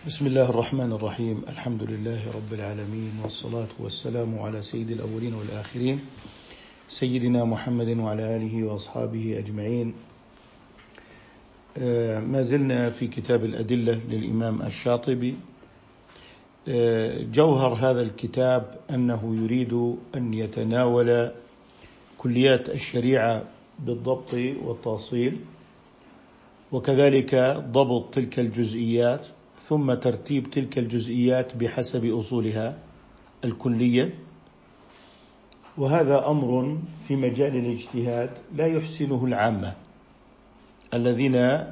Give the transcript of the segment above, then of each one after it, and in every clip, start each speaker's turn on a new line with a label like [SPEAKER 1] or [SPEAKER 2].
[SPEAKER 1] بسم الله الرحمن الرحيم. الحمد لله رب العالمين، والصلاة والسلام على سيد الأولين والآخرين سيدنا محمد وعلى آله وأصحابه أجمعين. ما زلنا في كتاب الأدلة للإمام الشاطبي. جوهر هذا الكتاب أنه يريد أن يتناول كليات الشريعة بالضبط والتأصيل، وكذلك ضبط تلك الجزئيات، ثم ترتيب تلك الجزئيات بحسب أصولها الكلية. وهذا أمر في مجال الاجتهاد لا يحسنه العامة الذين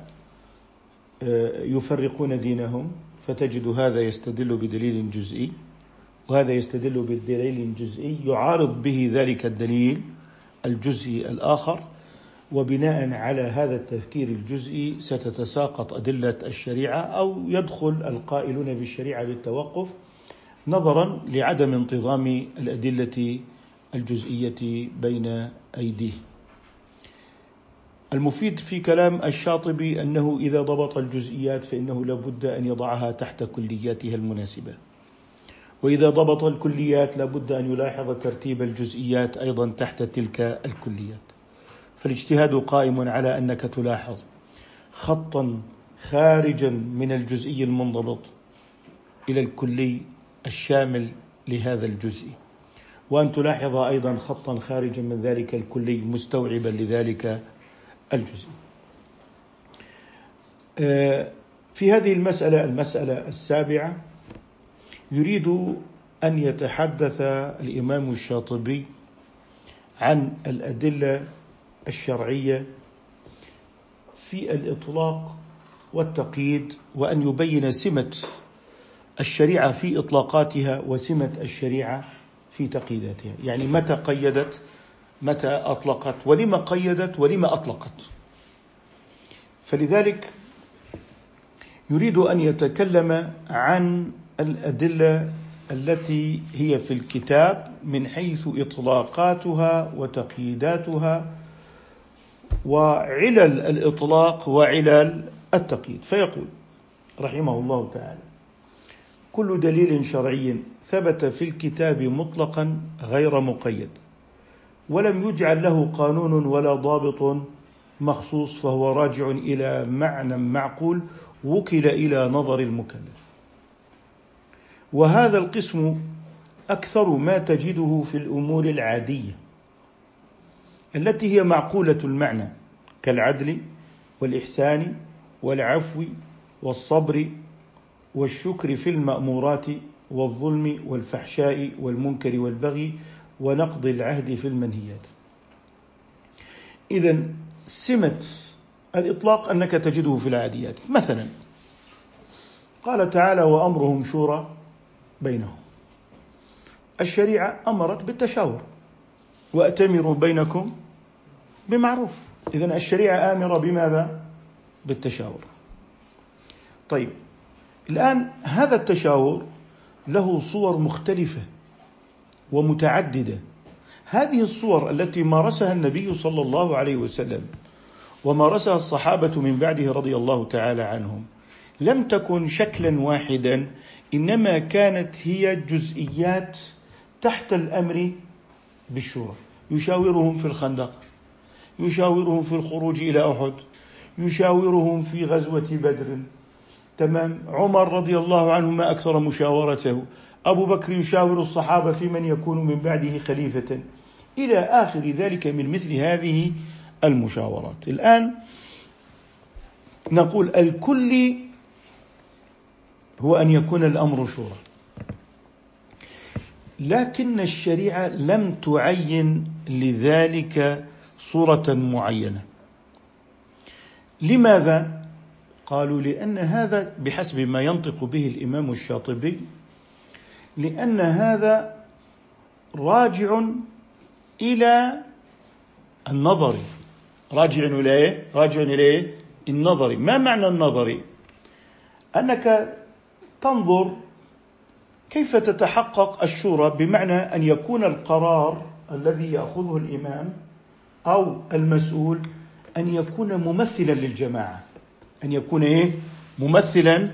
[SPEAKER 1] يفرقون دينهم، فتجد هذا يستدل بدليل جزئي وهذا يستدل بدليل جزئي يعارض به ذلك الدليل الجزئي الآخر، وبناء على هذا التفكير الجزئي ستتساقط أدلة الشريعة، أو يدخل القائلون بالشريعة بالتوقف نظرا لعدم انتظام الأدلة الجزئية بين أيديه. المفيد في كلام الشاطبي أنه إذا ضبط الجزئيات فإنه لابد أن يضعها تحت كلياتها المناسبة، وإذا ضبط الكليات لابد أن يلاحظ ترتيب الجزئيات أيضا تحت تلك الكليات. فالاجتهاد قائم على أنك تلاحظ خطا خارجا من الجزئي المنضبط إلى الكلي الشامل لهذا الجزء، وأن تلاحظ أيضا خطا خارجا من ذلك الكلي مستوعبا لذلك الجزء. في هذه المسألة السابعة يريد أن يتحدث الإمام الشاطبي عن الأدلة الشرعية في الإطلاق والتقييد، وأن يبين سمة الشريعة في إطلاقاتها وسمة الشريعة في تقييداتها، يعني متى قيدت، متى أطلقت، ولما قيدت ولما أطلقت. فلذلك يريد أن يتكلم عن الأدلة التي هي في الكتاب من حيث إطلاقاتها وتقييداتها وعلل الإطلاق وعلل التقييد. فيقول رحمه الله تعالى: كل دليل شرعي ثبت في الكتاب مطلقا غير مقيد ولم يجعل له قانون ولا ضابط مخصوص فهو راجع إلى معنى معقول وكل إلى نظر المكلف. وهذا القسم أكثر ما تجده في الأمور العادية التي هي معقولة المعنى، كالعدل والإحسان والعفو والصبر والشكر في المأمورات والظلم والفحشاء والمنكر والبغي ونقض العهد في المنهيات. إذن سمة الإطلاق أنك تجده في العاديات. مثلا قال تعالى: وأمرهم شورى بينهم. الشريعة أمرت بالتشاور، وأتمروا بينكم بمعروف. إذن الشريعة آمرة بماذا؟ بالتشاور. طيب، الآن هذا التشاور له صور مختلفة ومتعددة. هذه الصور التي مارسها النبي صلى الله عليه وسلم ومارسها الصحابة من بعده رضي الله تعالى عنهم لم تكن شكلا واحدا، إنما كانت هي جزئيات تحت الأمر بالشورى. يشاورهم في الخندق، يشاورهم في الخروج إلى أحد، يشاورهم في غزوة بدر. تمام. عمر رضي الله عنه ما أكثر مشاورته. أبو بكر يشاور الصحابة في من يكون من بعده خليفة، إلى آخر ذلك من مثل هذه المشاورات. الآن نقول الكل هو أن يكون الأمر شورى، لكن الشريعة لم تعين لذلك صورة معينة. لماذا؟ قالوا: لأن هذا بحسب ما ينطق به الإمام الشاطبي، لأن هذا راجع إلى النظر. راجع إلى النظر. ما معنى النظر؟ أنك تنظر كيف تتحقق الشورى، بمعنى أن يكون القرار الذي يأخذه الإمام أو المسؤول أن يكون ممثلا للجماعة، أن يكون ممثلا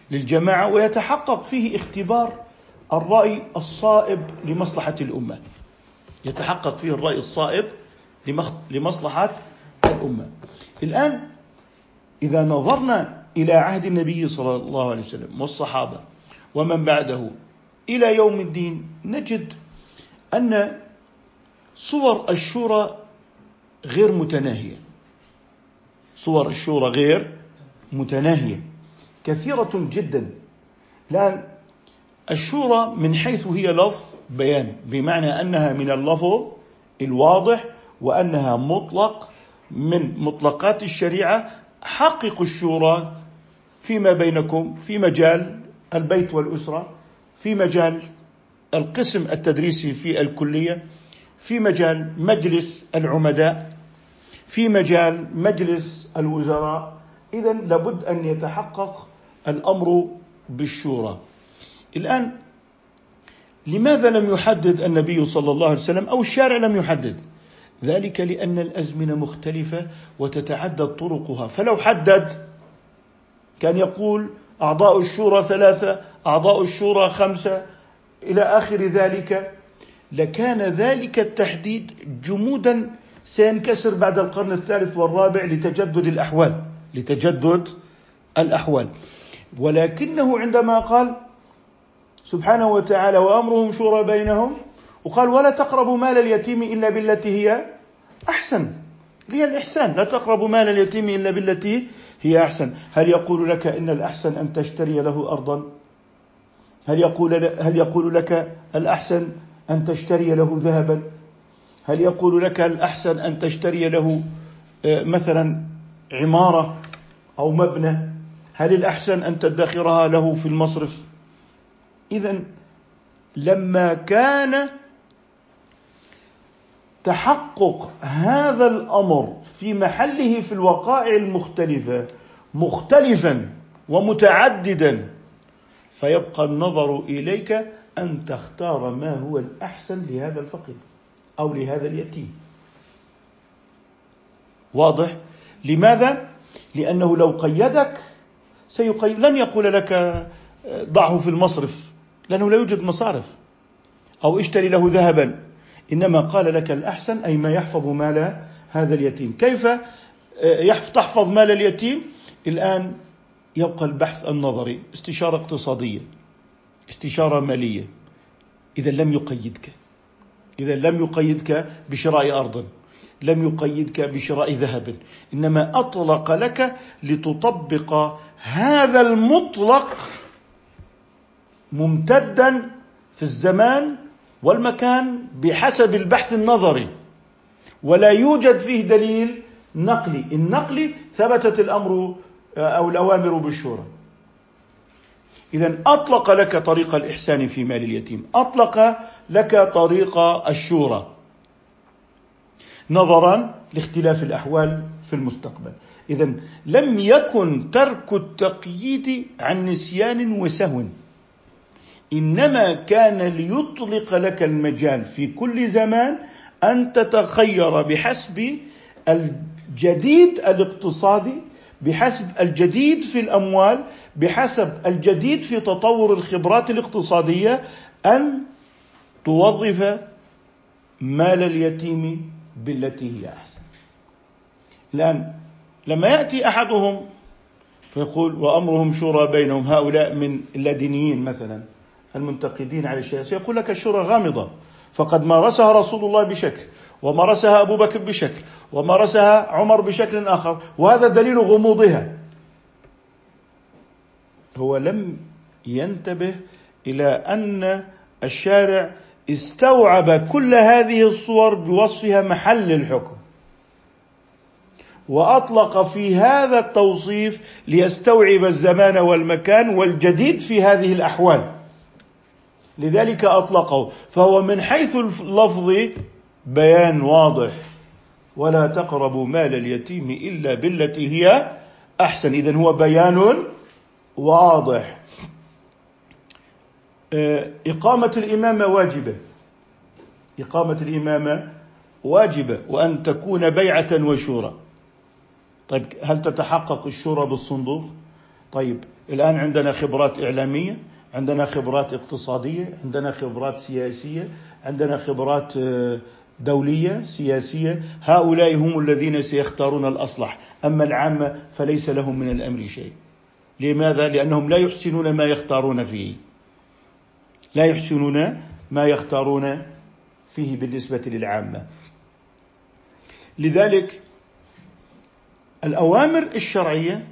[SPEAKER 1] للجماعة، ويتحقق فيه اختبار الرأي الصائب لمصلحة الأمة. يتحقق فيه الرأي الصائب لمصلحة الأمة. الآن إذا نظرنا إلى عهد النبي صلى الله عليه وسلم والصحابة ومن بعده إلى يوم الدين، نجد أن صور الشورى غير متناهية. صور الشورى غير متناهية، كثيرة جدا. الآن الشورى من حيث هي لفظ بيان، بمعنى أنها من اللفظ الواضح، وأنها مطلق من مطلقات الشريعة. حققوا الشورى فيما بينكم في مجال البيت والأسرة، في مجال القسم التدريسي في الكلية، في مجال مجلس العمداء، في مجال مجلس الوزراء. إذن لابد أن يتحقق الأمر بالشورى. الآن لماذا لم يحدد النبي صلى الله عليه وسلم أو الشارع لم يحدد ذلك؟ لأن الأزمنة مختلفة وتتعدد طرقها. فلو حدد كان يقول أعضاء الشورى 3، أعضاء الشورى 5 إلى آخر ذلك، لكان ذلك التحديد جمودا سينكسر بعد القرن الثالث والرابع لتجدد الأحوال. ولكنه عندما قال سبحانه وتعالى وأمرهم شورى بينهم، وقال ولا تقربوا مال اليتيم إلا بالتي هي أحسن، هي الإحسان، لا تقربوا مال اليتيم إلا بالتي هي أحسن. هل يقول لك إن الأحسن أن تشتري له أرضا؟ هل يقول لك الأحسن أن تشتري له ذهبا؟ هل يقول لك الأحسن أن تشتري له مثلا عمارة أو مبنى؟ هل الأحسن أن تدخرها له في المصرف؟ إذن لما كان تحقق هذا الأمر في محله في الوقائع المختلفة مختلفا ومتعددا، فيبقى النظر إليك أن تختار ما هو الأحسن لهذا الفقير أو لهذا اليتيم. واضح؟ لماذا؟ لأنه لو قيدك لن يقول لك ضعه في المصرف، لأنه لا يوجد مصارف، أو اشتري له ذهبا، إنما قال لك الأحسن أي ما يحفظ مال هذا اليتيم. كيف تحفظ مال اليتيم؟ الآن يبقى البحث النظري، استشارة اقتصادية، استشارة مالية. إذا لم يقيدك بشراء أرض، لم يقيدك بشراء ذهب، إنما أطلق لك لتطبق هذا المطلق ممتدا في الزمان والمكان بحسب البحث النظري، ولا يوجد فيه دليل نقلي. النقلي ثبتت الأمر أو الأوامر بالشورى. إذن أطلق لك طريق الإحسان في مال اليتيم، أطلق لك طريق الشورى نظرا لاختلاف الأحوال في المستقبل. إذن لم يكن ترك التقييد عن نسيان وسهو، إنما كان ليطلق لك المجال في كل زمان أن تتخير بحسب الجديد الاقتصادي، بحسب الجديد في الأموال، بحسب الجديد في تطور الخبرات الاقتصادية، أن توظف مال اليتيم بالتي هي أحسن. الآن لما يأتي أحدهم فيقول وأمرهم شورى بينهم، هؤلاء من اللادينيين مثلا المنتقدين على الشيء، سيقول لك الشورى غامضة، فقد مارسها رسول الله بشكل، ومارسها أبو بكر بشكل، ومارسها عمر بشكل آخر، وهذا دليل غموضها. هو لم ينتبه إلى أن الشارع استوعب كل هذه الصور بوصفها محل الحكم، وأطلق في هذا التوصيف ليستوعب الزمان والمكان والجديد في هذه الأحوال، لذلك أطلقه. فهو من حيث اللفظ بيان واضح، ولا تقربوا مال اليتيم إلا بالتي هي أحسن. إذن هو بيان واضح. إقامة الإمامة واجبة، إقامة الإمامة واجبة، وأن تكون بيعة وشورى. طيب هل تتحقق الشورى بالصندوق؟ طيب الآن عندنا خبرات إعلامية، عندنا خبرات اقتصادية، عندنا خبرات سياسية، عندنا خبرات دولية سياسية. هؤلاء هم الذين سيختارون الأصلح، أما العامة فليس لهم من الأمر شيء. لماذا؟ لأنهم لا يحسنون ما يختارون فيه، لا يحسنون ما يختارون فيه بالنسبة للعامة. لذلك الأوامر الشرعية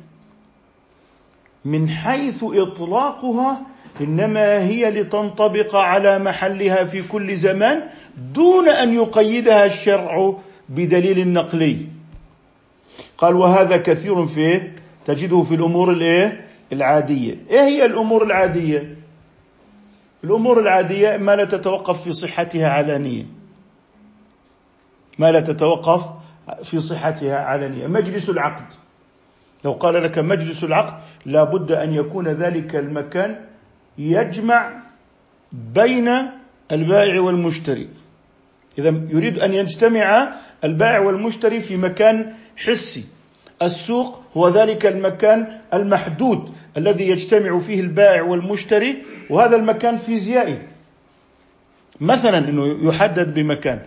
[SPEAKER 1] من حيث إطلاقها إنما هي لتنطبق على محلها في كل زمان، دون أن يقيدها الشرع بدليل نقلي. قال وهذا كثير فيه، تجده في الأمور العادية. إيه هي الأمور العادية؟ الأمور العادية ما لا تتوقف في صحتها علانية، ما لا تتوقف في صحتها علانية. مجلس العقد، لو قال لك مجلس العقد لا بد أن يكون ذلك المكان يجمع بين البائع والمشتري. إذا يريد أن يجتمع البائع والمشتري في مكان حسي. السوق هو ذلك المكان المحدود الذي يجتمع فيه البائع والمشتري، وهذا المكان فيزيائي، مثلا أنه يحدد بمكان.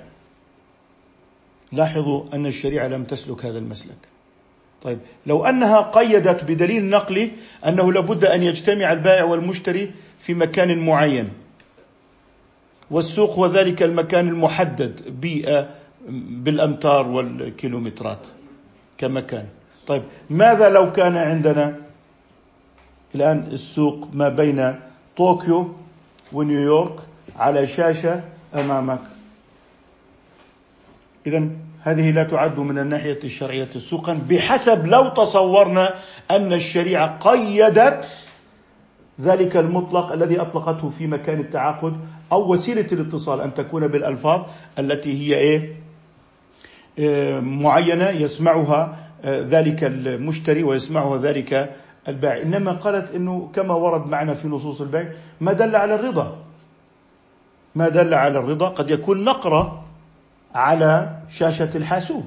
[SPEAKER 1] لاحظوا أن الشريعة لم تسلك هذا المسلك. طيب لو أنها قيدت بدليل نقلي أنه لابد أن يجتمع البائع والمشتري في مكان معين، والسوق هو ذلك المكان المحدد بالأمتار والكيلومترات كمكان. طيب ماذا لو كان عندنا الآن السوق ما بين طوكيو ونيويورك على شاشة أمامك؟ إذن هذه لا تعد من الناحية الشرعية سوقا، بحسب لو تصورنا أن الشريعة قيدت ذلك المطلق الذي أطلقته في مكان التعاقد، أو وسيلة الاتصال أن تكون بالألفاظ التي هي معينة يسمعها ذلك المشتري ويسمعها ذلك البائع. إنما قالت إنه كما ورد معنا في نصوص البيع ما دل على الرضا، ما دل على الرضا قد يكون نقرة على شاشة الحاسوب،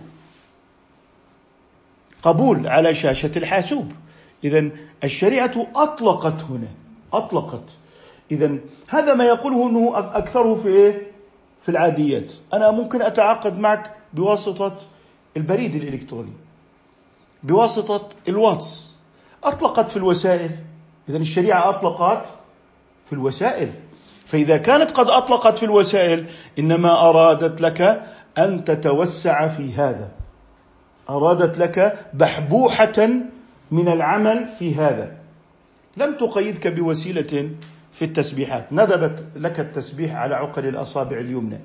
[SPEAKER 1] قبول على شاشة الحاسوب. إذن الشريعة أطلقت هنا، أطلقت. إذن هذا ما يقوله أنه أكثره في العاديات. أنا ممكن أتعاقد معك بواسطة البريد الإلكتروني، بواسطة الواتس. أطلقت في الوسائل. إذن الشريعة أطلقت في الوسائل. فإذا كانت قد أطلقت في الوسائل إنما أرادت لك أن تتوسع في هذا، أرادت لك بحبوحة من العمل في هذا. لم تقيدك بوسيلة في التسبيحات، ندبت لك التسبيح على عقل الأصابع اليمنى.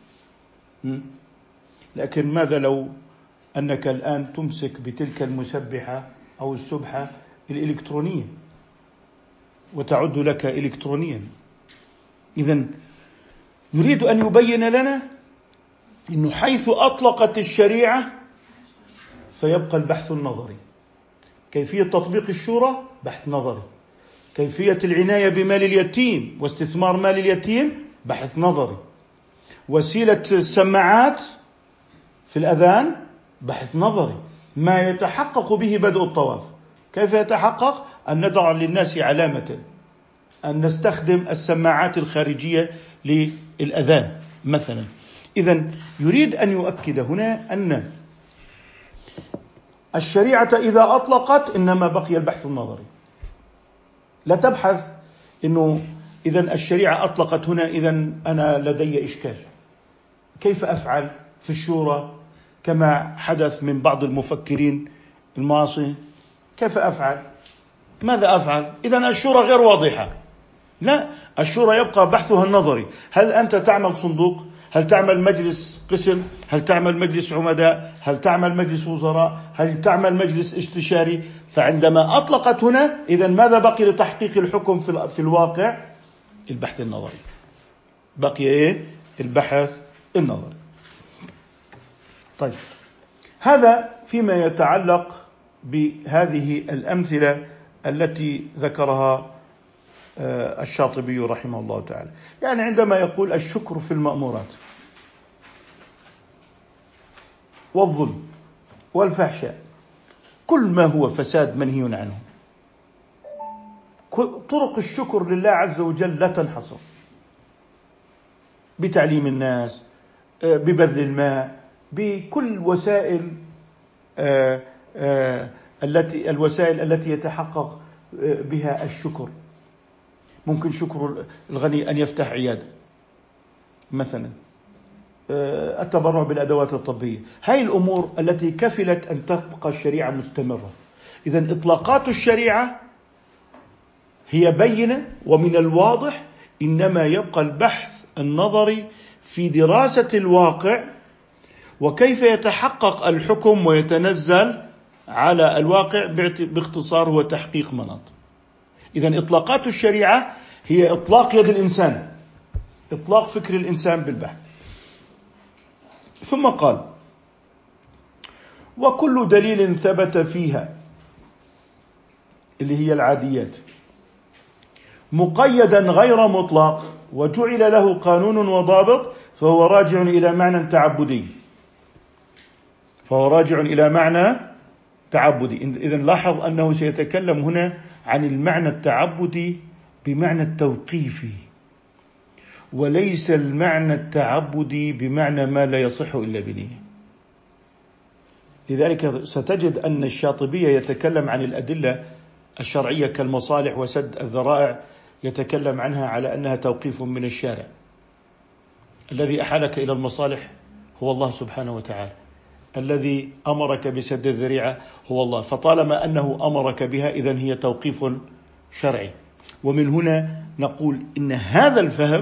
[SPEAKER 1] لكن ماذا لو أنك الآن تمسك بتلك المسبحة أو السبحة الإلكترونية وتعد لك إلكترونيا؟ إذن يريد أن يبين لنا إنه حيث أطلقت الشريعة فيبقى البحث النظري. كيفية تطبيق الشورى بحث نظري، كيفية العناية بمال اليتيم واستثمار مال اليتيم بحث نظري، وسيلة السماعات في الأذان بحث نظري. ما يتحقق به بدء الطواف، كيف يتحقق؟ أن نضع للناس علامة، أن نستخدم السماعات الخارجية للأذان مثلا. إذن يريد أن يؤكد هنا أن الشريعة إذا أطلقت إنما بقي البحث النظري. لا تبحث إنه إذن الشريعة أطلقت هنا، إذن أنا لدي إشكال، كيف أفعل في الشورى كما حدث من بعض المفكرين المعاصرين؟ كيف أفعل؟ ماذا أفعل؟ إذن الشورى غير واضحة. لا، الشورى يبقى بحثها النظري. هل أنت تعمل صندوق؟ هل تعمل مجلس قسم؟ هل تعمل مجلس عمداء؟ هل تعمل مجلس وزراء؟ هل تعمل مجلس استشاري؟ فعندما أطلقت هنا إذن ماذا بقي لتحقيق الحكم في الواقع؟ البحث النظري. بقي البحث النظري. طيب هذا فيما يتعلق بهذه الأمثلة التي ذكرها الشاطبي رحمه الله تعالى. يعني عندما يقول الشكر في المأمورات والظلم والفحشاء، كل ما هو فساد منهي عنه، طرق الشكر لله عز وجل لا تنحصر، بتعليم الناس، ببذل الماء، بكل وسائل الوسائل التي يتحقق بها الشكر. ممكن شكر الغني أن يفتح عيادة مثلا، التبرع بالأدوات الطبية، هاي الأمور التي كفلت أن تبقى الشريعة مستمرة. إذن إطلاقات الشريعة هي بينة، ومن الواضح إنما يبقى البحث النظري في دراسة الواقع وكيف يتحقق الحكم ويتنزل على الواقع، باختصار هو تحقيق مناط. إذن إطلاقات الشريعة هي إطلاق يد الإنسان، إطلاق فكر الإنسان بالبحث. ثم قال: وكل دليل ثبت فيها، اللي هي العاديات، مقيدا غير مطلق وجعل له قانون وضابط فهو راجع إلى معنى تعبدي. إذن لاحظ أنه سيتكلم هنا عن المعنى التعبدي بمعنى التوقيفي، وليس المعنى التعبدي بمعنى ما لا يصح إلا بنية. لذلك ستجد أن الشاطبية يتكلم عن الأدلة الشرعية كالمصالح وسد الذرائع، يتكلم عنها على أنها توقيف من الشارع. الذي أحالك إلى المصالح هو الله سبحانه وتعالى، الذي أمرك بسد الذريعة هو الله، فطالما أنه أمرك بها إذن هي توقيف شرعي. ومن هنا نقول إن هذا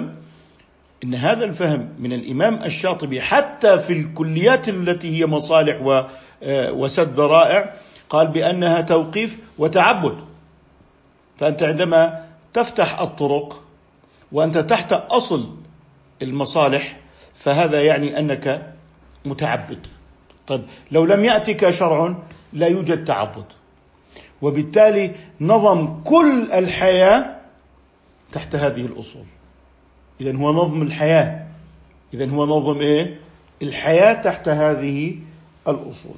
[SPEAKER 1] الفهم من الإمام الشاطبي حتى في الكليات التي هي مصالح وسد ذرائع قال بأنها توقيف وتعبد. فأنت عندما تفتح الطرق وأنت تحت أصل المصالح فهذا يعني أنك متعبد. طيب لو لم يأتك شرع لا يوجد تعبد، وبالتالي نظم كل الحياة تحت هذه الأصول. إذن هو نظم الحياة، الحياة تحت هذه الأصول.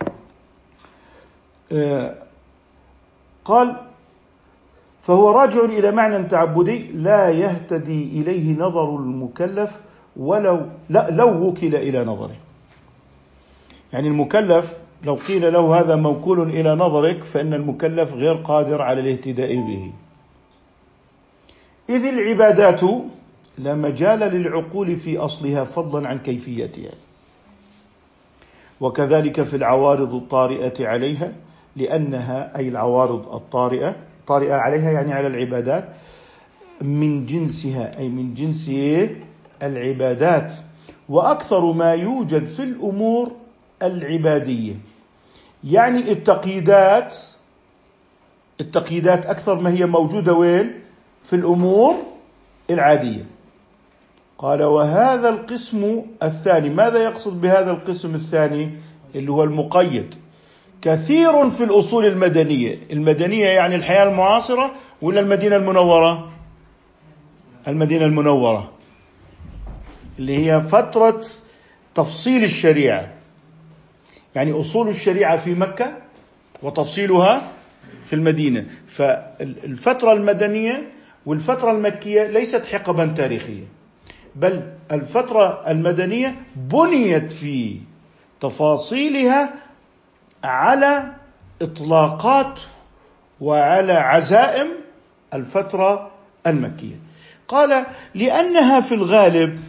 [SPEAKER 1] قال: فهو راجع إلى معنى تعبدي لا يهتدي إليه نظر المكلف لو وكل إلى نظره. يعني المكلف لو قيل له هذا موكول إلى نظرك فإن المكلف غير قادر على الاهتداء به. إذ العبادات لا مجال للعقول في أصلها فضلا عن كيفيتها، وكذلك في العوارض الطارئة عليها، لأنها أي العوارض الطارئة عليها يعني على العبادات من جنسها أي من جنس العبادات، وأكثر ما يوجد في الأمور العبادية. يعني التقييدات أكثر ما هي موجودة وين؟ في الأمور العادية. قال: وهذا القسم الثاني، ماذا يقصد بهذا القسم الثاني اللي هو المقيد؟ كثير في الأصول المدنية يعني الحياة المعاصرة ولا المدينة المنورة اللي هي فترة تفصيل الشريعة، يعني أصول الشريعة في مكة وتفصيلها في المدينة. فالفترة المدنية والفترة المكية ليست حقبا تاريخية، بل الفترة المدنية بنيت في تفاصيلها على إطلاقات وعلى عزائم الفترة المكية. قال: لأنها في الغالب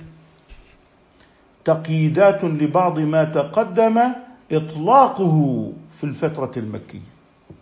[SPEAKER 1] تقييدات لبعض ما تقدم إطلاقه في الفترة المكية،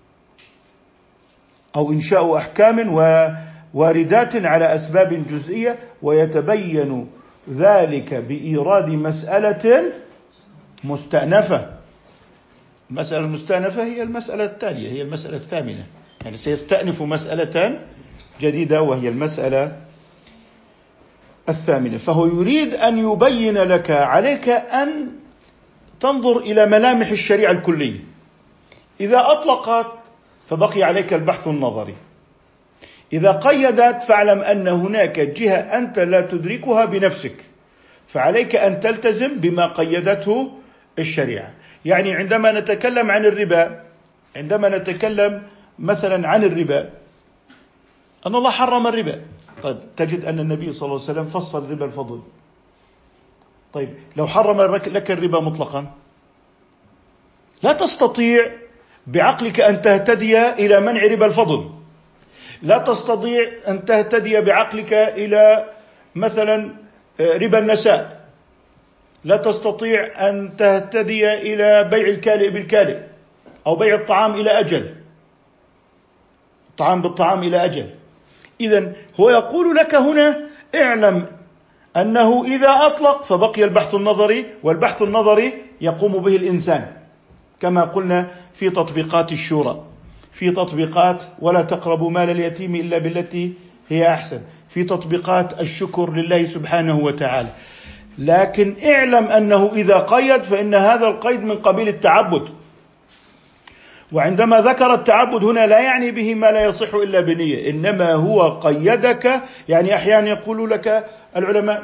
[SPEAKER 1] أو إنشاء أحكام وواردات على أسباب جزئية، ويتبين ذلك بإيراد مسألة مستأنفة. المسألة المستأنفة هي المسألة التالية، هي المسألة الثامنة، يعني سيستأنف مسألة جديدة وهي المسألة الثامنة. فهو يريد أن يبين لك عليك أن تنظر إلى ملامح الشريعة الكلية. إذا أطلقت فبقي عليك البحث النظري، إذا قيدت فاعلم أن هناك جهة أنت لا تدركها بنفسك، فعليك أن تلتزم بما قيدته الشريعة. يعني عندما نتكلم عن الربا، عندما نتكلم مثلا عن الربا أن الله حرم الربا. طيب تجد أن النبي صلى الله عليه وسلم فصل ربا الفضل. طيب لو حرم لك الربا مطلقا لا تستطيع بعقلك أن تهتدي إلى منع ربا الفضل، لا تستطيع أن تهتدي بعقلك إلى مثلا ربا النساء، لا تستطيع أن تهتدي إلى بيع الكالئ بالكالئ أو بيع الطعام إلى أجل، الطعام بالطعام إلى أجل. إذن هو يقول لك هنا اعلم أنه إذا أطلق فبقي البحث النظري، والبحث النظري يقوم به الإنسان كما قلنا في تطبيقات الشورى، في تطبيقات ولا تقربوا مال اليتيم إلا بالتي هي أحسن، في تطبيقات الشكر لله سبحانه وتعالى. لكن اعلم أنه إذا قيد فإن هذا القيد من قبيل التعبد، وعندما ذكر التعبد هنا لا يعني به ما لا يصح إلا بنية، إنما هو قيدك. يعني أحيانا يقول لك العلماء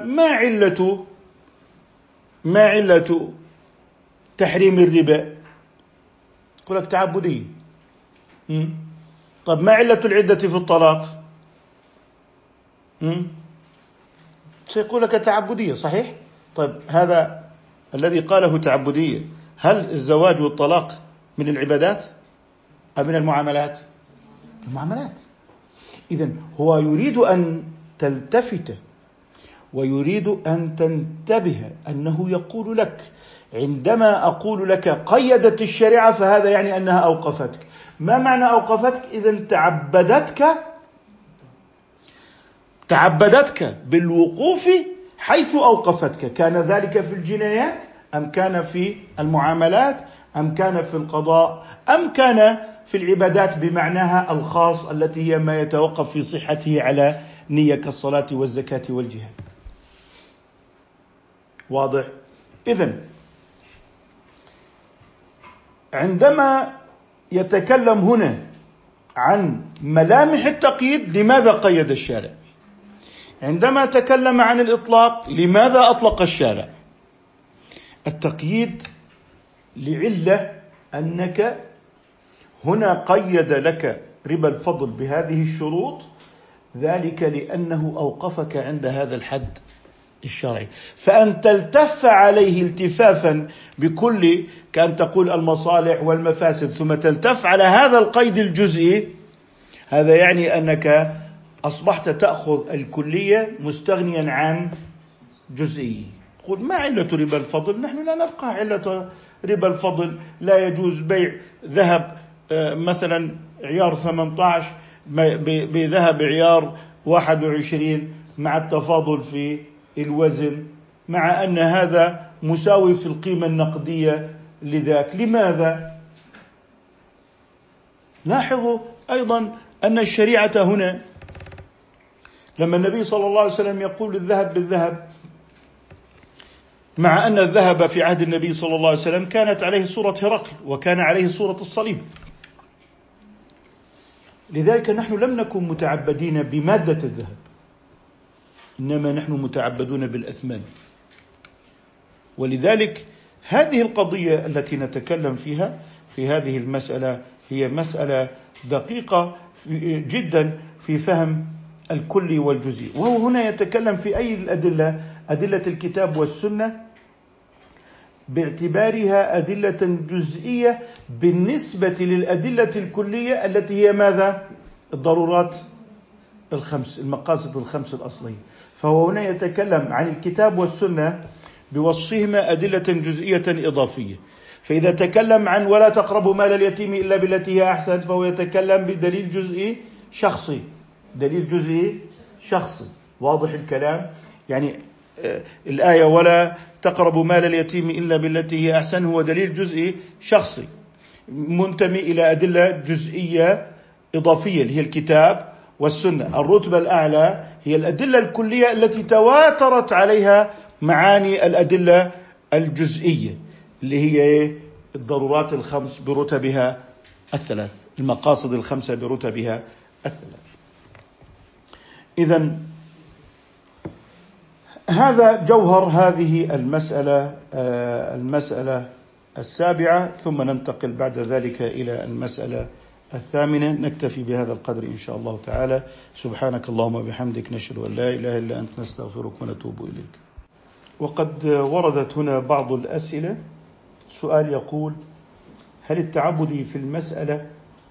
[SPEAKER 1] ما علة تحريم الربا؟ يقول لك تعبدي. طب ما علة العدة في الطلاق؟ سيقول لك تعبدية، صحيح؟ طيب هذا الذي قاله تعبدية، هل الزواج والطلاق من العبادات أم من المعاملات؟ المعاملات. إذن هو يريد أن تلتفت ويريد أن تنتبه أنه يقول لك عندما أقول لك قيدت الشريعة فهذا يعني أنها أوقفتك. ما معنى أوقفتك؟ إذن تعبدتك بالوقوف حيث أوقفتك، كان ذلك في الجنايات أم كان في المعاملات أم كان في القضاء أم كان في العبادات بمعناها الخاص التي هي ما يتوقف في صحته على نية كالصلاة والزكاة والجهاد. واضح؟ إذن عندما يتكلم هنا عن ملامح التقييد لماذا قيد الشارع؟ عندما تكلم عن الإطلاق لماذا أطلق الشارع؟ التقييد لعلة أنك هنا قيد لك ربا الفضل بهذه الشروط، ذلك لأنه أوقفك عند هذا الحد الشرعي، فأن تلتف عليه التفافا بكل كأن تقول المصالح والمفاسد ثم تلتف على هذا القيد الجزئي، هذا يعني أنك أصبحت تأخذ الكلية مستغنيا عن جزئي. تقول ما علة ربا الفضل؟ نحن لا نفقه علة ربا الفضل. لا يجوز بيع ذهب مثلا عيار 18 بذهب عيار 21 مع التفاضل في الوزن، مع أن هذا مساوي في القيمة النقدية لذاك. لماذا؟ لاحظوا أيضا أن الشريعة هنا لما النبي صلى الله عليه وسلم يقول الذهب بالذهب، مع أن الذهب في عهد النبي صلى الله عليه وسلم كانت عليه صورة هرقل وكان عليه صورة الصليب، لذلك نحن لم نكن متعبدين بمادة الذهب، إنما نحن متعبدون بالأثمان. ولذلك هذه القضية التي نتكلم فيها في هذه المسألة هي مسألة دقيقة جدا في فهم الكلي والجزئي. وهو هنا يتكلم في أي الأدلة؟ أدلة الكتاب والسنة باعتبارها أدلة جزئية بالنسبة للأدلة الكلية التي هي ماذا؟ الضرورات الخمس، المقاصد الخمس الأصلية. فهو هنا يتكلم عن الكتاب والسنة بوصفهما أدلة جزئية إضافية. فإذا تكلم عن ولا تقربوا مال اليتيم إلا بالتي هي أحسن فهو يتكلم بدليل جزئي شخصي، دليل جزئي شخصي. واضح الكلام؟ يعني الآية ولا تقربوا مال اليتيم إلا بالتي هي أحسن هو دليل جزئي شخصي منتمي إلى أدلة جزئية إضافية اللي هي الكتاب والسنة. الرتبة الأعلى هي الأدلة الكلية التي تواترت عليها معاني الأدلة الجزئية اللي هي الضرورات الخمس برتبها الثلاث، المقاصد الخمسة برتبها الثلاث. إذن هذا جوهر هذه المسألة السابعة، ثم ننتقل بعد ذلك إلى المسألة الثامنة. نكتفي بهذا القدر إن شاء الله تعالى. سبحانك اللهم وبحمدك، نشهد أن لا إله إلا أنت، نستغفرك ونتوب إليك. وقد وردت هنا بعض الأسئلة. سؤال يقول: هل التعبد في المسألة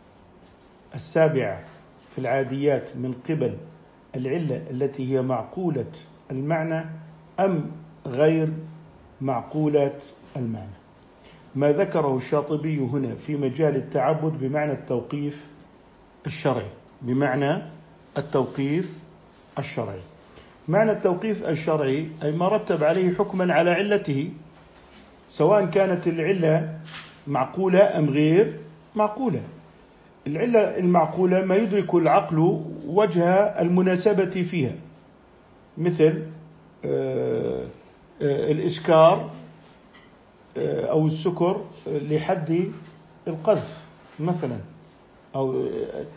[SPEAKER 1] 7 في العاديات من قبل العلة التي هي معقولة المعنى أم غير معقولة المعنى؟ ما ذكره الشاطبي هنا في مجال التعبد بمعنى التوقيف الشرعي، بمعنى التوقيف الشرعي. معنى التوقيف الشرعي أي ما رتب عليه حكما على علته، سواء كانت العلة معقولة أم غير معقولة. العلة المعقولة ما يدرك العقل وجه المناسبة فيها، مثل الإسكار أو السكر لحد القذف مثلا، أو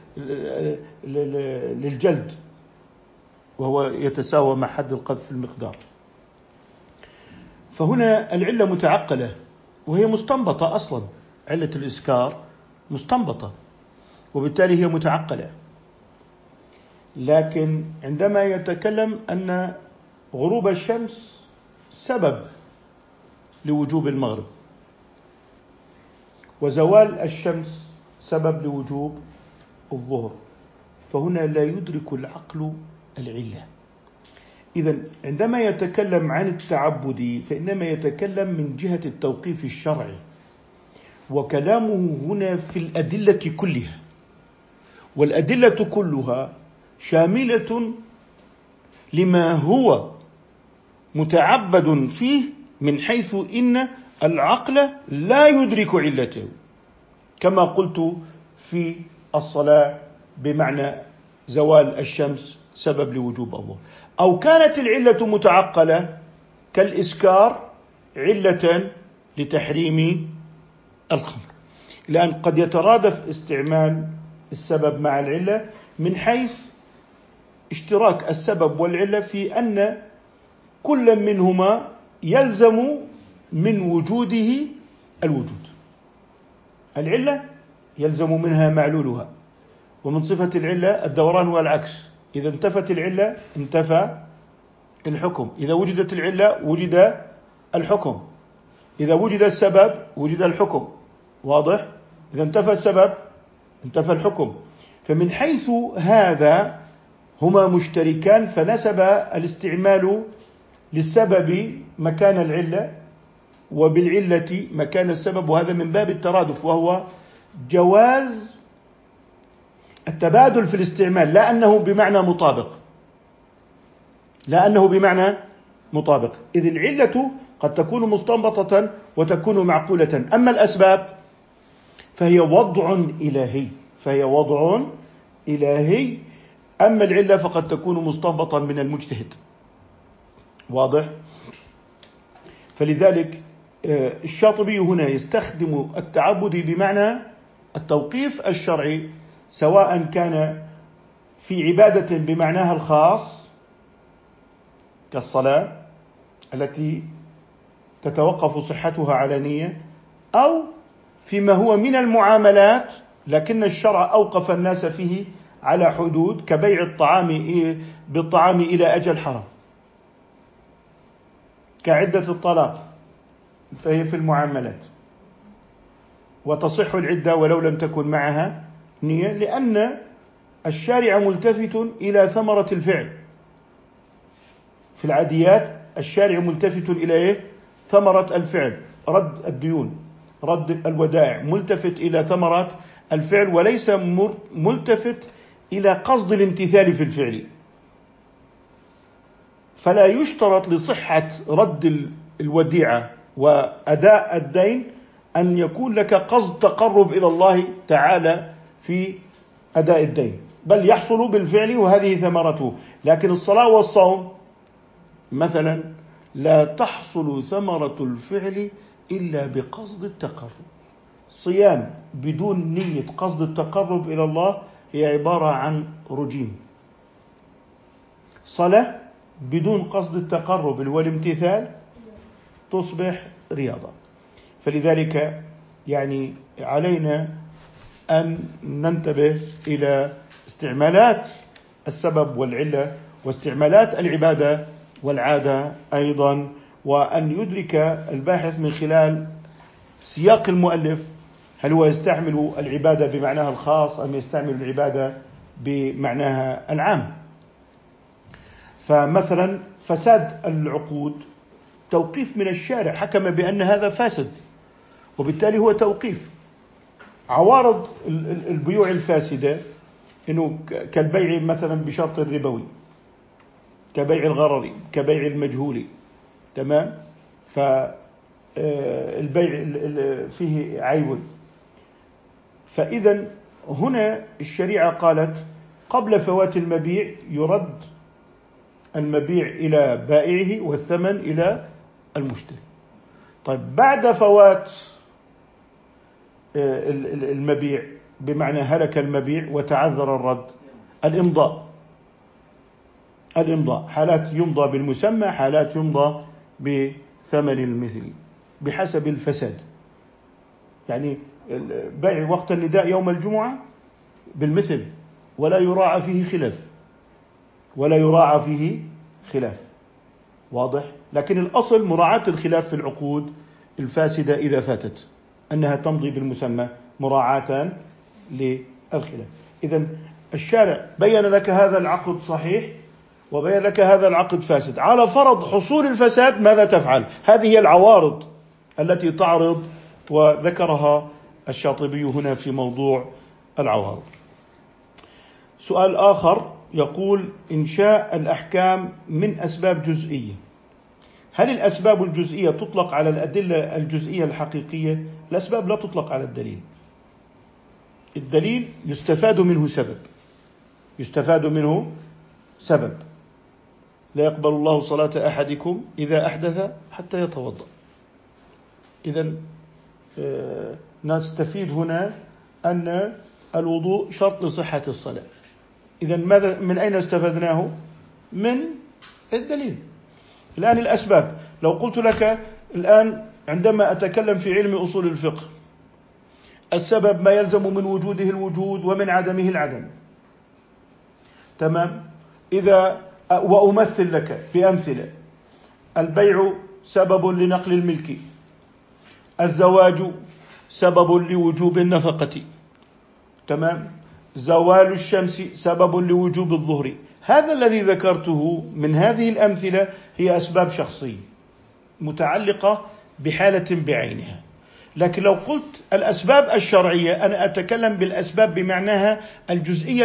[SPEAKER 1] للجلد، وهو يتساوى مع حد القذف في المقدار. فهنا العلة متعقلة وهي مستنبطة أصلا، علة الإسكار مستنبطة وبالتالي هي متعقلة. لكن عندما يتكلم أن غروب الشمس سبب لوجوب المغرب، وزوال الشمس سبب لوجوب الظهر، فهنا لا يدرك العقل العلة. إذن عندما يتكلم عن التعبد فإنما يتكلم من جهة التوقيف الشرعي، وكلامه هنا في الأدلة كلها، والأدلة كلها شاملة لما هو متعبد فيه، من حيث إن العقل لا يدرك علته، كما قلت في الصلاة بمعنى زوال الشمس سبب لوجوب الظهر، أو كانت العلة متعقلة كالإسكار علة لتحريم الخمر. لأن قد يترادف استعمال السبب مع العلة من حيث اشتراك السبب والعلة في أن كل منهما يلزم من وجوده الوجود. العلة يلزم منها معلولها، ومن صفة العلة الدوران والعكس. إذا انتفت العلة انتفى الحكم، إذا وجدت العلة وجد الحكم، إذا وجد السبب وجد الحكم. واضح؟ إذا انتفى السبب انتفى الحكم. فمن حيث هذا هما مشتركان، فنسب الاستعمال للسبب مكان العلة وبالعلة مكان السبب، وهذا من باب الترادف، وهو جواز التبادل في الاستعمال، لا أنه بمعنى مطابق، لا أنه بمعنى مطابق، إذ العلة قد تكون مستنبطة وتكون معقولة، أما الأسباب فهي وضع إلهي، فهي وضع إلهي، أما العلة فقد تكون مستنبطا من المجتهد. واضح؟ فلذلك الشاطبي هنا يستخدم التعبد بمعنى التوقيف الشرعي، سواء كان في عبادة بمعناها الخاص كالصلاة التي تتوقف صحتها على نية، أو فيما هو من المعاملات لكن الشرع أوقف الناس فيه على حدود، كبيع الطعام بالطعام إلى أجل حرام، كعدة الطلاق فهي في المعاملات، وتصح العدة ولو لم تكن معها نية، لأن الشارع ملتفت إلى ثمرة الفعل. في العاديات الشارع ملتفت إلى ثمرة الفعل، رد الديون، رد الودائع، ملتفت إلى ثمرة الفعل، وليس ملتفت إلى قصد الامتثال في الفعل. فلا يشترط لصحة رد الوديعة وأداء الدين أن يكون لك قصد تقرب إلى الله تعالى في أداء الدين، بل يحصل بالفعل وهذه ثمرته. لكن الصلاة والصوم مثلا لا تحصل ثمرة الفعل إلا بقصد التقرب. صيام بدون نية قصد التقرب إلى الله هي عبارة عن رجيم. صلاة بدون قصد التقرب والامتثال تصبح رياضة. فلذلك يعني علينا أن ننتبه إلى استعمالات السبب والعلة واستعمالات العبادة والعادة أيضا، وأن يدرك الباحث من خلال سياق المؤلف هل هو يستعمل العبادة بمعناها الخاص أم يستعمل العبادة بمعناها العام. فمثلا فساد العقود توقيف من الشارع، حكم بأن هذا فاسد وبالتالي هو توقيف. عوارض البيوع الفاسدة إنه كالبيع مثلا بشرط ربوي، كبيع الغرر، كبيع المجهول، تمام، فالبيع فيه عيب. فإذا هنا الشريعة قالت قبل فوات المبيع يرد المبيع إلى بائعه والثمن إلى المشتري. طيب بعد فوات المبيع بمعنى هلك المبيع وتعذر الرد، الإمضاء حالات يمضى بالمسمى، حالات يمضى بثمن المثل بحسب الفساد. يعني بيع وقت النداء يوم الجمعة بالمثل ولا يراعى فيه خلاف، واضح. لكن الأصل مراعاة الخلاف في العقود الفاسدة إذا فاتت أنها تمضي بالمسمى مراعاة للخلاف. إذن الشارع بين لك هذا العقد صحيح وبين لك هذا العقد فاسد. على فرض حصول الفساد ماذا تفعل؟ هذه هي العوارض التي تعرض، وذكرها الشاطبي هنا في موضوع العوارض. سؤال آخر يقول: إنشاء الأحكام من أسباب جزئية، هل الأسباب الجزئية تطلق على الأدلة الجزئية الحقيقية؟ الأسباب لا تطلق على الدليل. الدليل يستفاد منه سبب. لا يقبل الله صلاة أحدكم إذا أحدث حتى يتوضأ. إذن نستفيد هنا أن الوضوء شرط لصحة الصلاة. إذن ماذا من أين استفدناه؟ من الدليل. الآن الأسباب، لو قلت لك الآن عندما أتكلم في علم أصول الفقه، السبب ما يلزم من وجوده الوجود ومن عدمه العدم، تمام. إذا وأمثل لك بأمثلة: البيع سبب لنقل الملك، الزواج سبب لوجوب النفقة، تمام، زوال الشمس سبب لوجوب الظهر. هذا الذي ذكرته من هذه الأمثلة هي أسباب شخصية متعلقة بحالة بعينها. لكن لو قلت الأسباب الشرعية، أنا أتكلم بالأسباب بمعناها الجزئية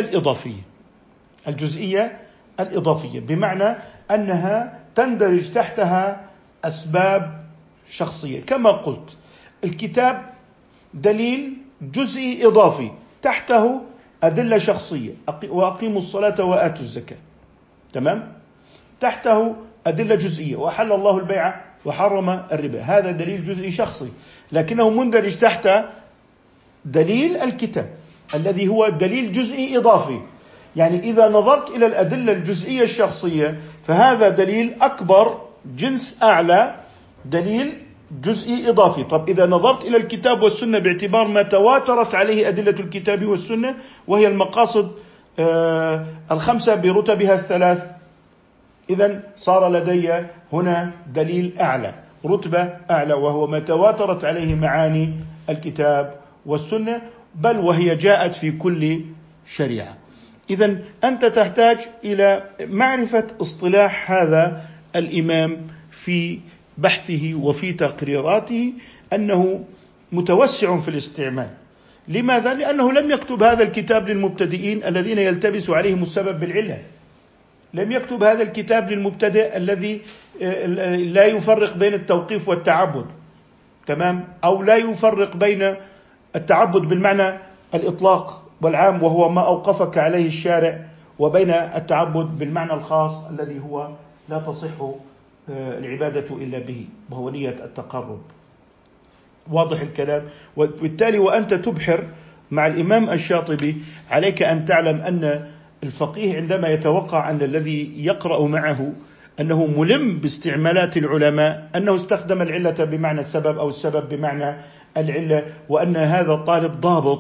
[SPEAKER 1] الإضافية، بمعنى أنها تندرج تحتها أسباب شخصية. كما قلت الكتاب دليل جزئي إضافي، تحته أدلة شخصية: وأقيموا الصلاة وآتوا الزكاة، تمام، تحته أدلة جزئية: وأحل الله البيع وحرم الربا. هذا دليل جزئي شخصي، لكنه مندرج تحت دليل الكتاب الذي هو دليل جزئي إضافي. يعني إذا نظرت إلى الأدلة الجزئية الشخصية فهذا دليل أكبر، جنس أعلى، دليل جزئي إضافي. طب إذا نظرت إلى الكتاب والسنة باعتبار ما تواترت عليه أدلة الكتاب والسنة، وهي المقاصد الخمسة برتبها الثلاث، إذن صار لدي هنا دليل أعلى، رتبة أعلى، وهو ما تواترت عليه معاني الكتاب والسنة، بل وهي جاءت في كل شريعة. إذن أنت تحتاج إلى معرفة اصطلاح هذا الإمام في بحثه وفي تقريراته، أنه متوسع في الاستعمال. لماذا؟ لأنه لم يكتب هذا الكتاب للمبتدئين الذين يلتبس عليهم السبب بالعلة. لم يكتب هذا الكتاب للمبتدئ الذي لا يفرق بين التوقيف والتعبد، تمام، أو لا يفرق بين التعبد بالمعنى الإطلاق والعام وهو ما أوقفك عليه الشارع، وبين التعبد بالمعنى الخاص الذي هو لا تصح العبادة إلا به، وهو نية التقرب. واضح الكلام؟ وبالتالي وأنت تبحر مع الإمام الشاطبي عليك أن تعلم أن الفقيه عندما يتوقع أن الذي يقرأ معه أنه ملم باستعمالات العلماء، أنه استخدم العلة بمعنى السبب أو السبب بمعنى العلة، وأن هذا الطالب ضابط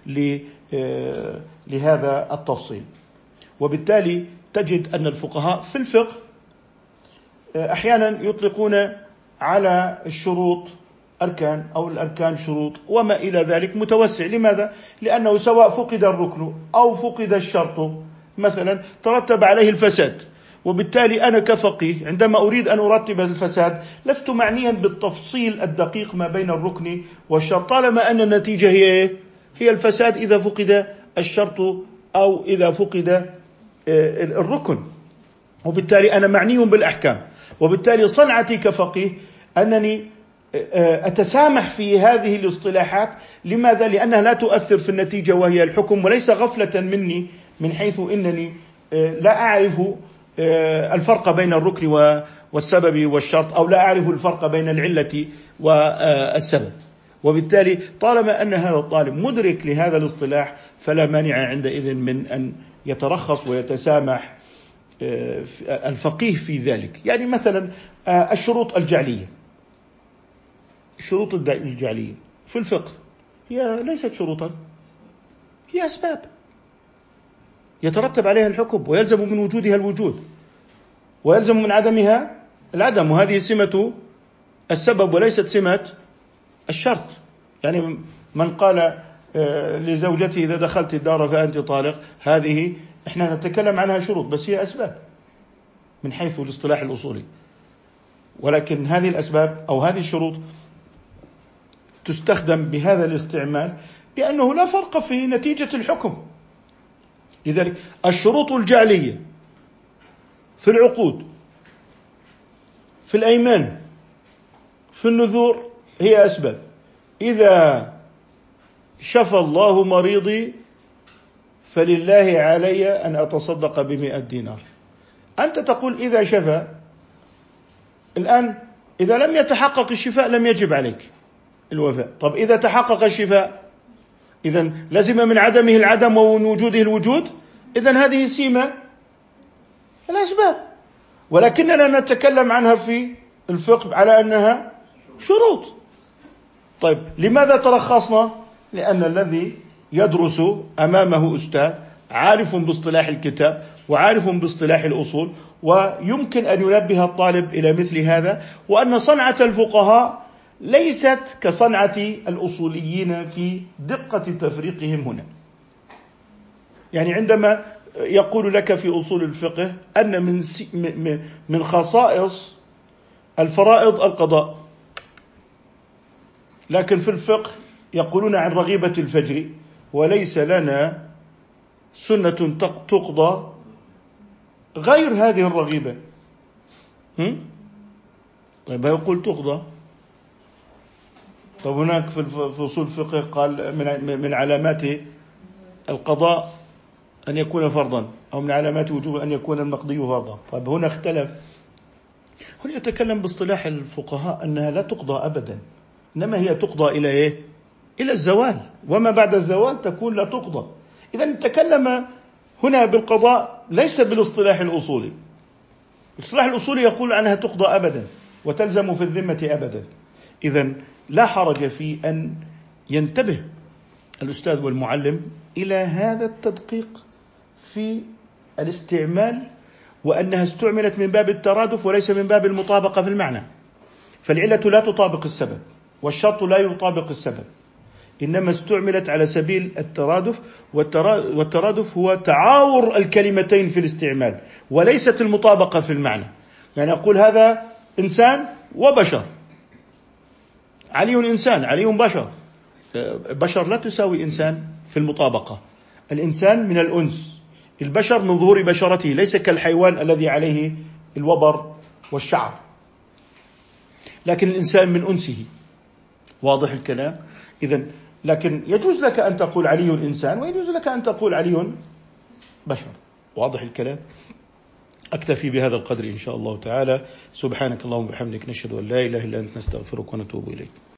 [SPEAKER 1] لهذا التفصيل. وبالتالي تجد أن الفقهاء في الفقه أحيانا يطلقون على الشروط أركان أو الأركان شروط وما إلى ذلك متوسع. لماذا؟ لأنه سواء فقد الركن أو فقد الشرط مثلا ترتب عليه الفساد، وبالتالي أنا كفقيه عندما أريد أن أرتب الفساد لست معنيا بالتفصيل الدقيق ما بين الركن والشرط، طالما أن النتيجة هي الفساد إذا فقد الشرط أو إذا فقد الركن. وبالتالي أنا معني بالأحكام، وبالتالي صنعتي كفقيه أنني أتسامح في هذه الاصطلاحات. لماذا؟ لأنها لا تؤثر في النتيجة وهي الحكم، وليس غفلة مني من حيث إنني لا أعرف الفرق بين الركن والسبب والشرط، أو لا أعرف الفرق بين العلة والسبب. وبالتالي طالما أن هذا الطالب مدرك لهذا الاصطلاح فلا مانع عندئذ من أن يترخص ويتسامح الفقيه في ذلك. يعني مثلا الشروط الجعلية، الشروط الجعلية في الفقه هي ليست شروطا، هي أسباب يترتب عليها الحكم، ويلزم من وجودها الوجود ويلزم من عدمها العدم، وهذه سمة السبب وليست سمة الشرط. يعني من قال لزوجته إذا دخلت الدار فأنت طالق، هذه احنا نتكلم عنها شروط بس هي أسباب من حيث الاصطلاح الأصولي، ولكن هذه الأسباب أو هذه الشروط تستخدم بهذا الاستعمال بأنه لا فرق في نتيجة الحكم. لذلك الشروط الجعلية في العقود، في الأيمان، في النذور هي أسباب. إذا شفى الله مريضي فلله علي أن أتصدق ب100 دينار. أنت تقول إذا شفى، الآن إذا لم يتحقق الشفاء لم يجب عليك الوفاء. طب إذا تحقق الشفاء إذن لزم من عدمه العدم ومن وجوده الوجود، إذن هذه سيمة الأسباب، ولكننا نتكلم عنها في الفقه على أنها شروط. طيب لماذا ترخصنا؟ لأن الذي يدرس أمامه أستاذ عارف باصطلاح الكتاب وعارف باصطلاح الأصول، ويمكن أن ينبه الطالب إلى مثل هذا، وأن صنعة الفقهاء ليست كصنعة الأصوليين في دقة تفريقهم هنا. يعني عندما يقول لك في أصول الفقه أن من خصائص الفرائض القضاء، لكن في الفقه يقولون عن رغيبة الفجر وليس لنا سنة تقضى غير هذه الرغيبة. طيب يقول تقضى. طب هناك في أصول الفقه قال من علامات القضاء أن يكون فرضا، أو من علامات وجوب أن يكون المقضي فرضا. طيب هنا اختلف. هنا يتكلم باصطلاح الفقهاء أنها لا تقضى أبدا، إنما هي تقضى إلى إيه؟ إلى الزوال، وما بعد الزوال تكون لا تقضى. إذن تكلم هنا بالقضاء ليس بالاصطلاح الأصولي. الاصطلاح الأصولي يقول عنها تقضى أبدا وتلزم في الذمة أبدا. إذن لا حرج في أن ينتبه الأستاذ والمعلم إلى هذا التدقيق في الاستعمال، وأنها استعملت من باب الترادف وليس من باب المطابقة في المعنى. فالعلة لا تطابق السبب والشرط لا يطابق السبب، إنما استعملت على سبيل الترادف، والترادف هو تعاور الكلمتين في الاستعمال وليست المطابقة في المعنى. يعني أقول هذا إنسان وبشر، علي إنسان علي بشر. بشر لا تساوي إنسان في المطابقة. الإنسان من الأنس، البشر من ظهور بشرته، ليس كالحيوان الذي عليه الوبر والشعر، لكن الإنسان من أنسه. واضح الكلام؟ إذن لكن يجوز لك أن تقول علي إنسان، ويجوز لك أن تقول علي بشر. واضح الكلام؟ أكتفي بهذا القدر إن شاء الله تعالى. سبحانك اللهم وبحمدك، نشهد أن لا إله إلا أنت، نستغفرك ونتوب إليك.